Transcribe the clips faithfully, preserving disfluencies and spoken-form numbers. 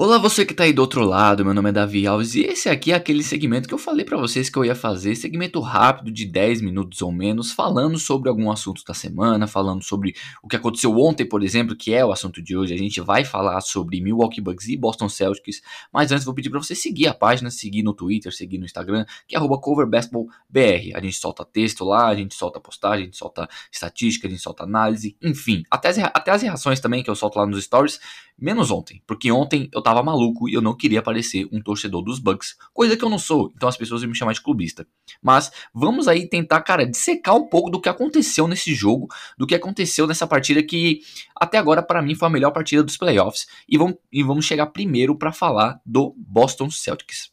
Olá, você que tá aí do outro lado, meu nome é Davi Alves e esse aqui é aquele segmento que eu falei pra vocês que eu ia fazer, segmento rápido de dez minutos ou menos, falando sobre algum assunto da semana, falando sobre o que aconteceu ontem, por exemplo, que é o assunto de hoje. A gente vai falar sobre Milwaukee Bucks e Boston Celtics, mas antes vou pedir pra você seguir a página, seguir no Twitter, seguir no Instagram, que é arroba coverbasketballbr. A gente solta texto lá, a gente solta postagem, a gente solta estatística, a gente solta análise, enfim, até as, até as reações também que eu solto lá nos stories. Menos ontem, porque ontem eu tava maluco e eu não queria parecer um torcedor dos Bucks, coisa que eu não sou, então as pessoas iam me chamar de clubista. Mas vamos aí tentar, cara, dissecar um pouco do que aconteceu nesse jogo, do que aconteceu nessa partida que até agora pra mim foi a melhor partida dos playoffs. E vamos, e vamos chegar primeiro pra falar do Boston Celtics.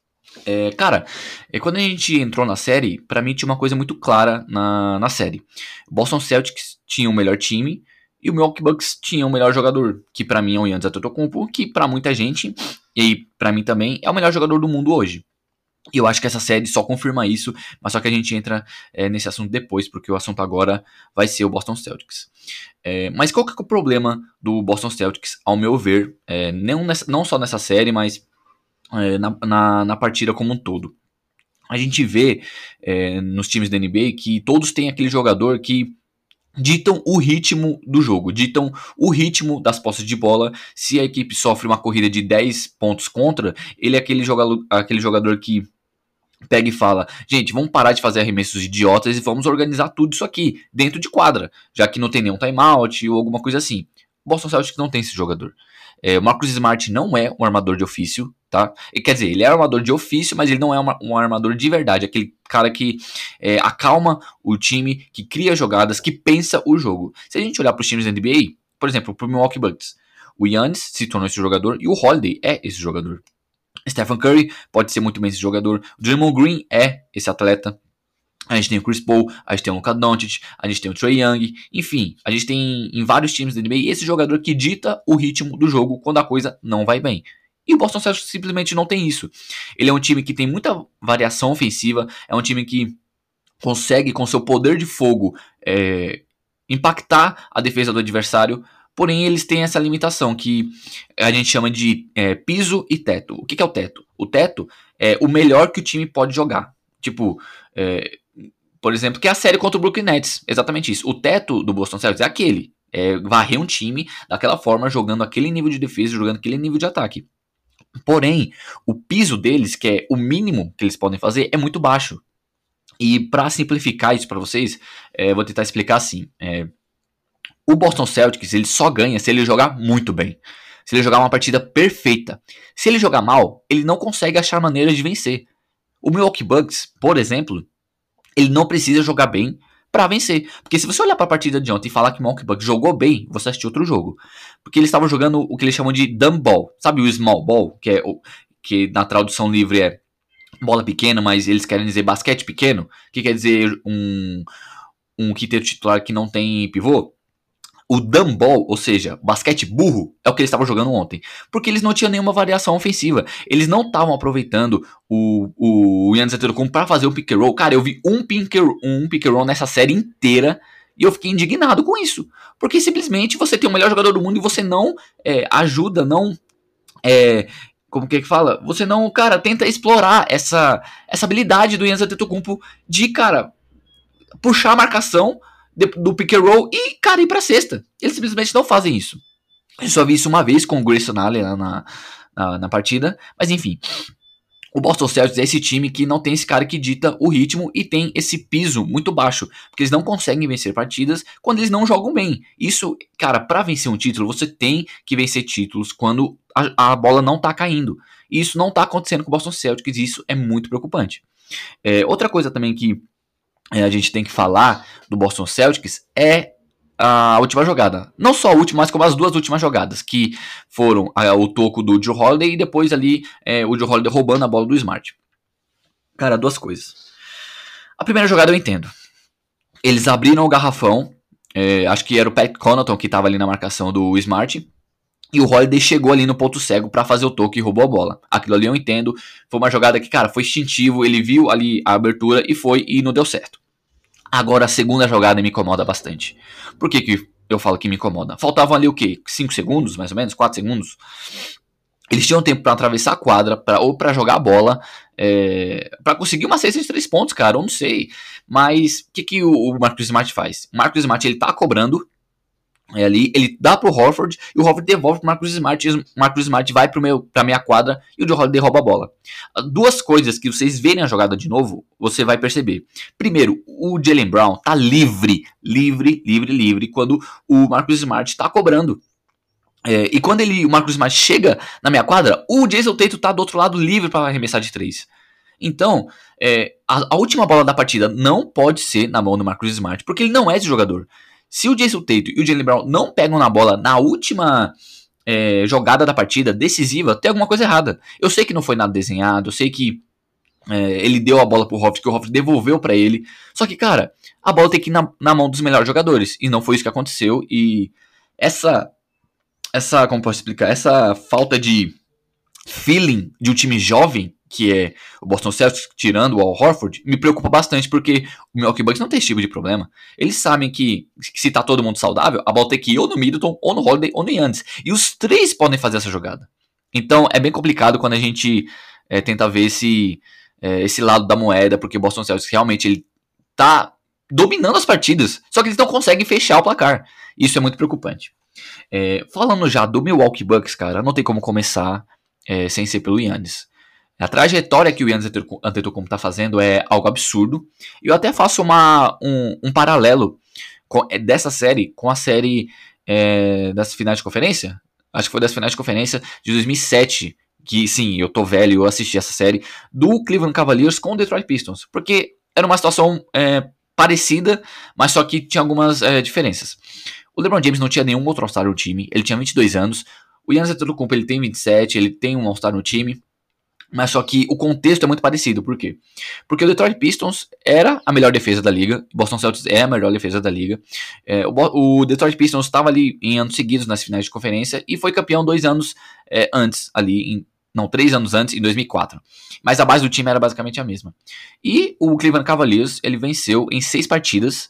É, cara, é, quando a gente entrou na série, pra mim tinha uma coisa muito clara na, na série. O Boston Celtics tinha o melhor time e o Milwaukee Bucks tinha o melhor jogador, que pra mim é o Giannis Antetokounmpo, que pra muita gente, e pra mim também, é o melhor jogador do mundo hoje. E eu acho que essa série só confirma isso, mas só que a gente entra é, nesse assunto depois, porque o assunto agora vai ser o Boston Celtics. É, mas qual que é o problema do Boston Celtics, ao meu ver, é, não, nessa, não só nessa série, mas é, na, na, na partida como um todo? A gente vê é, nos times da N B A que todos têm aquele jogador que ditam o ritmo do jogo, ditam o ritmo das posses de bola. Se a equipe sofre uma corrida de dez pontos contra, ele é aquele jogador, aquele jogador que pega e fala: gente, vamos parar de fazer arremessos idiotas e vamos organizar tudo isso aqui dentro de quadra, já que não tem nenhum timeout ou alguma coisa assim. O Boston Celtics não tem esse jogador. É, o Marcus Smart não é um armador de ofício, tá? E, quer dizer, ele é armador de ofício, mas ele não é uma, um armador de verdade. Aquele cara que é, acalma o time, que cria jogadas, que pensa o jogo. Se a gente olhar para os times da N B A, por exemplo, para o Milwaukee Bucks, o Giannis se tornou esse jogador e o Holiday é esse jogador. Stephen Curry pode ser muito bem esse jogador. O Draymond Green é esse atleta. A gente tem o Chris Paul, a gente tem o Luka Doncic, a gente tem o Trae Young, enfim, a gente tem em vários times da N B A esse jogador que dita o ritmo do jogo quando a coisa não vai bem. E o Boston Celtics simplesmente não tem isso. Ele é um time que tem muita variação ofensiva, é um time que consegue, com seu poder de fogo, é, impactar a defesa do adversário, porém eles têm essa limitação que a gente chama de é, piso e teto. O que, que é o teto? O teto é o melhor que o time pode jogar. Tipo, é, por exemplo, que é a série contra o Brooklyn Nets. Exatamente isso. O teto do Boston Celtics é aquele. É varrer um time daquela forma, jogando aquele nível de defesa, jogando aquele nível de ataque. Porém, o piso deles, que é o mínimo que eles podem fazer, é muito baixo. E para simplificar isso para vocês, é, vou tentar explicar assim. É, o Boston Celtics ele só ganha se ele jogar muito bem. Se ele jogar uma partida perfeita. Se ele jogar mal, ele não consegue achar maneiras de vencer. O Milwaukee Bucks, por exemplo, ele não precisa jogar bem para vencer. Porque se você olhar para a partida de ontem e falar que o Milwaukee Bucks jogou bem, você assistiu outro jogo. Porque eles estavam jogando o que eles chamam de dumb ball. Sabe o small ball? Que, é o, que na tradução livre é bola pequena, mas eles querem dizer basquete pequeno. Que quer dizer um, um quinteto titular que não tem pivô. O dumb ball, ou seja, basquete burro, é o que eles estavam jogando ontem. Porque eles não tinham nenhuma variação ofensiva. Eles não estavam aproveitando o, o Giannis Antetokounmpo para fazer o pick and roll. Cara, eu vi um pick, and, um pick and roll nessa série inteira e eu fiquei indignado com isso. Porque simplesmente você tem o melhor jogador do mundo e você não é, ajuda, não... É, como que é que fala? Você não, cara, tenta explorar essa, essa habilidade do Giannis Antetokounmpo de, cara, puxar a marcação do pick and roll e, cara, ir pra cesta. Eles simplesmente não fazem isso. Eu só vi isso uma vez com o Grayson Allen na, na, na partida, mas enfim. O Boston Celtics é esse time que não tem esse cara que dita o ritmo e tem esse piso muito baixo, porque eles não conseguem vencer partidas quando eles não jogam bem. Isso, cara, pra vencer um título, você tem que vencer títulos quando a, a bola não tá caindo. E isso não tá acontecendo com o Boston Celtics e isso é muito preocupante. É, outra coisa também que a gente tem que falar do Boston Celtics é a última jogada. Não só a última, mas como as duas últimas jogadas, que foram a, o toco do Jrue Holiday e depois ali é, o Jrue Holiday roubando a bola do Smart. Cara, duas coisas. A primeira jogada eu entendo. Eles abriram o garrafão, é, acho que era o Pat Connaughton que estava ali na marcação do Smart, e o Holiday chegou ali no ponto cego para fazer o toque e roubou a bola. Aquilo ali eu entendo. Foi uma jogada que, cara, foi instintivo. Ele viu ali a abertura e foi e não deu certo. Agora a segunda jogada me incomoda bastante. Por que que eu falo que me incomoda? Faltavam ali o quê? cinco segundos, mais ou menos? quatro segundos? Eles tinham tempo pra atravessar a quadra, pra, ou pra jogar a bola, é, pra conseguir uma cesta de três pontos, cara, eu não sei. Mas o que, que o, o Marcus Smart faz? O Marcus Smart, ele tá cobrando é, ali, ele dá pro Horford, e o Horford devolve pro Marcus Smart, e o Marcus Smart vai pro meu, pra minha quadra, e o Jrue Holiday rouba a bola. Duas coisas que vocês verem a jogada de novo, você vai perceber. Primeiro, o Jaylen Brown tá livre, livre, livre, livre, quando o Marcus Smart tá cobrando. É, e quando ele, o Marcus Smart chega na minha quadra, o Jason Tatum tá do outro lado livre para arremessar de três. Então, é, a, a última bola da partida não pode ser na mão do Marcus Smart, porque ele não é esse jogador. Se o Jason Tatum e o Jaylen Brown não pegam na bola na última é, jogada da partida, decisiva, tem alguma coisa errada. Eu sei que não foi nada desenhado, eu sei que é, ele deu a bola pro Hofford, que o Hofford devolveu para ele. Só que, cara, a bola tem que ir na, na mão dos melhores jogadores, e não foi isso que aconteceu, e essa... Essa, como posso explicar, essa falta de feeling de um time jovem, que é o Boston Celtics, tirando o Al Horford, me preocupa bastante, porque o Milwaukee Bucks não tem esse tipo de problema. Eles sabem que, que se tá todo mundo saudável, a bola tem que ir ou no Middleton, ou no Holiday, ou no Giannis. E os três podem fazer essa jogada. Então é bem complicado quando a gente é, tenta ver esse, é, esse lado da moeda, porque o Boston Celtics realmente ele tá dominando as partidas, só que eles não conseguem fechar o placar. Isso é muito preocupante. É, falando já do Milwaukee Bucks, cara, não tem como começar é, sem ser pelo Giannis. A trajetória que o Giannis Antetokounmpo tá fazendo é algo absurdo. E eu até faço uma, um, um paralelo com, é, dessa série com a série é, das finais de conferência. Acho que foi das finais de conferência de dois mil e sete. Que sim, eu tô velho, eu assisti essa série. Do Cleveland Cavaliers com o Detroit Pistons. Porque era uma situação é, parecida, mas só que tinha algumas é, diferenças. O LeBron James não tinha nenhum outro All-Star no time, ele tinha vinte e dois anos. O Giannis Antetokounmpo, ele tem vinte e sete, ele tem um All-Star no time. Mas só que o contexto é muito parecido, por quê? Porque o Detroit Pistons era a melhor defesa da liga, o Boston Celtics é a melhor defesa da liga. É, o, o Detroit Pistons estava ali em anos seguidos nas finais de conferência e foi campeão dois anos é, antes, ali em, não, três anos antes, em dois mil e quatro. Mas a base do time era basicamente a mesma. E o Cleveland Cavaliers, ele venceu em seis partidas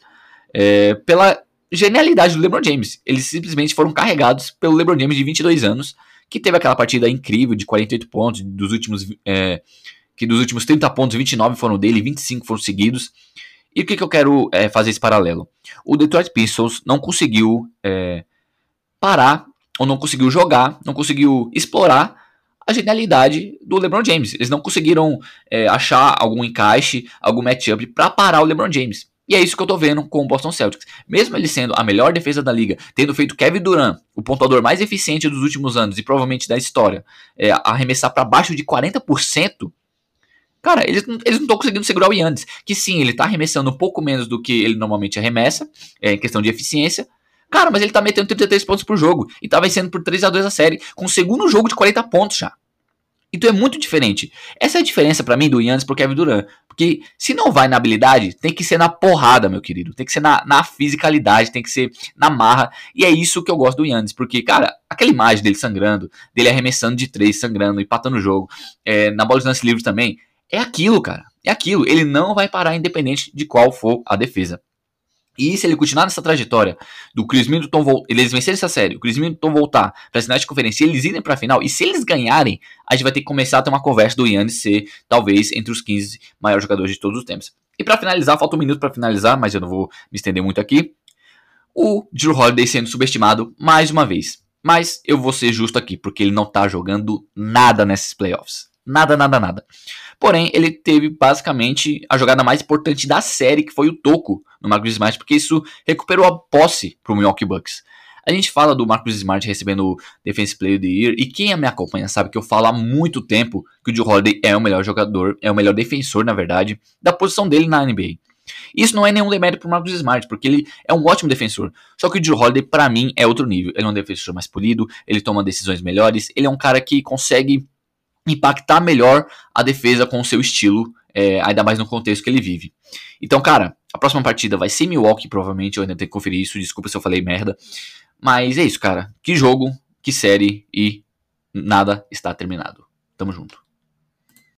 é, pela genialidade do LeBron James. Eles simplesmente foram carregados pelo LeBron James de vinte e dois anos, que teve aquela partida incrível de quarenta e oito pontos, dos últimos, é, que dos últimos trinta pontos, vinte e nove foram dele, vinte e cinco foram seguidos. E o que, que eu quero é, fazer esse paralelo? O Detroit Pistons não conseguiu é, parar, ou não conseguiu jogar, não conseguiu explorar a genialidade do LeBron James. Eles não conseguiram é, achar algum encaixe, algum matchup para parar o LeBron James. E é isso que eu tô vendo com o Boston Celtics. Mesmo ele sendo a melhor defesa da liga, tendo feito Kevin Durant, o pontuador mais eficiente dos últimos anos e provavelmente da história, é, arremessar para baixo de quarenta por cento, cara, eles, eles não estão conseguindo segurar o Giannis. Que sim, ele tá arremessando um pouco menos do que ele normalmente arremessa, é, em questão de eficiência. Cara, mas ele tá metendo trinta e três pontos por jogo e tá vencendo por três a dois a série, com o segundo jogo de quarenta pontos já. Então é muito diferente. Essa é a diferença pra mim do Giannis pro Kevin Durant. Porque se não vai na habilidade, tem que ser na porrada, meu querido. Tem que ser na, na fisicalidade, tem que ser na marra. E é isso que eu gosto do Giannis. Porque, cara, aquela imagem dele sangrando, dele arremessando de três, sangrando, empatando o jogo, é, na bola de lance livre também, é aquilo, cara. É aquilo. Ele não vai parar independente de qual for a defesa. E se ele continuar nessa trajetória do Chris Middleton, vo- eles vencerem essa série, o Chris Middleton voltar para as finais de conferência e eles irem para a final, e se eles ganharem, a gente vai ter que começar a ter uma conversa do Giannis ser, talvez, entre os quinze maiores jogadores de todos os tempos. E para finalizar, falta um minuto para finalizar, mas eu não vou me estender muito aqui, o Jrue Holiday sendo subestimado mais uma vez. Mas eu vou ser justo aqui, porque ele não tá jogando nada nesses playoffs. Nada, nada, nada. Porém, ele teve basicamente a jogada mais importante da série, que foi o toco no Marcus Smart, porque isso recuperou a posse pro Milwaukee Bucks. A gente fala do Marcus Smart recebendo o Defensive Player of the Year, e quem me acompanha sabe que eu falo há muito tempo que o Jrue Holiday é o melhor jogador, é o melhor defensor, na verdade, da posição dele na N B A. Isso não é nenhum demérito pro Marcus Smart, porque ele é um ótimo defensor. Só que o Jrue Holiday, pra mim, é outro nível. Ele é um defensor mais polido, ele toma decisões melhores, ele é um cara que consegue impactar melhor a defesa com o seu estilo, é, ainda mais no contexto que ele vive. Então, cara, a próxima partida vai ser Milwaukee, provavelmente, eu ainda tenho que conferir isso, desculpa se eu falei merda. Mas é isso, cara. Que jogo, que série e nada está terminado. Tamo junto.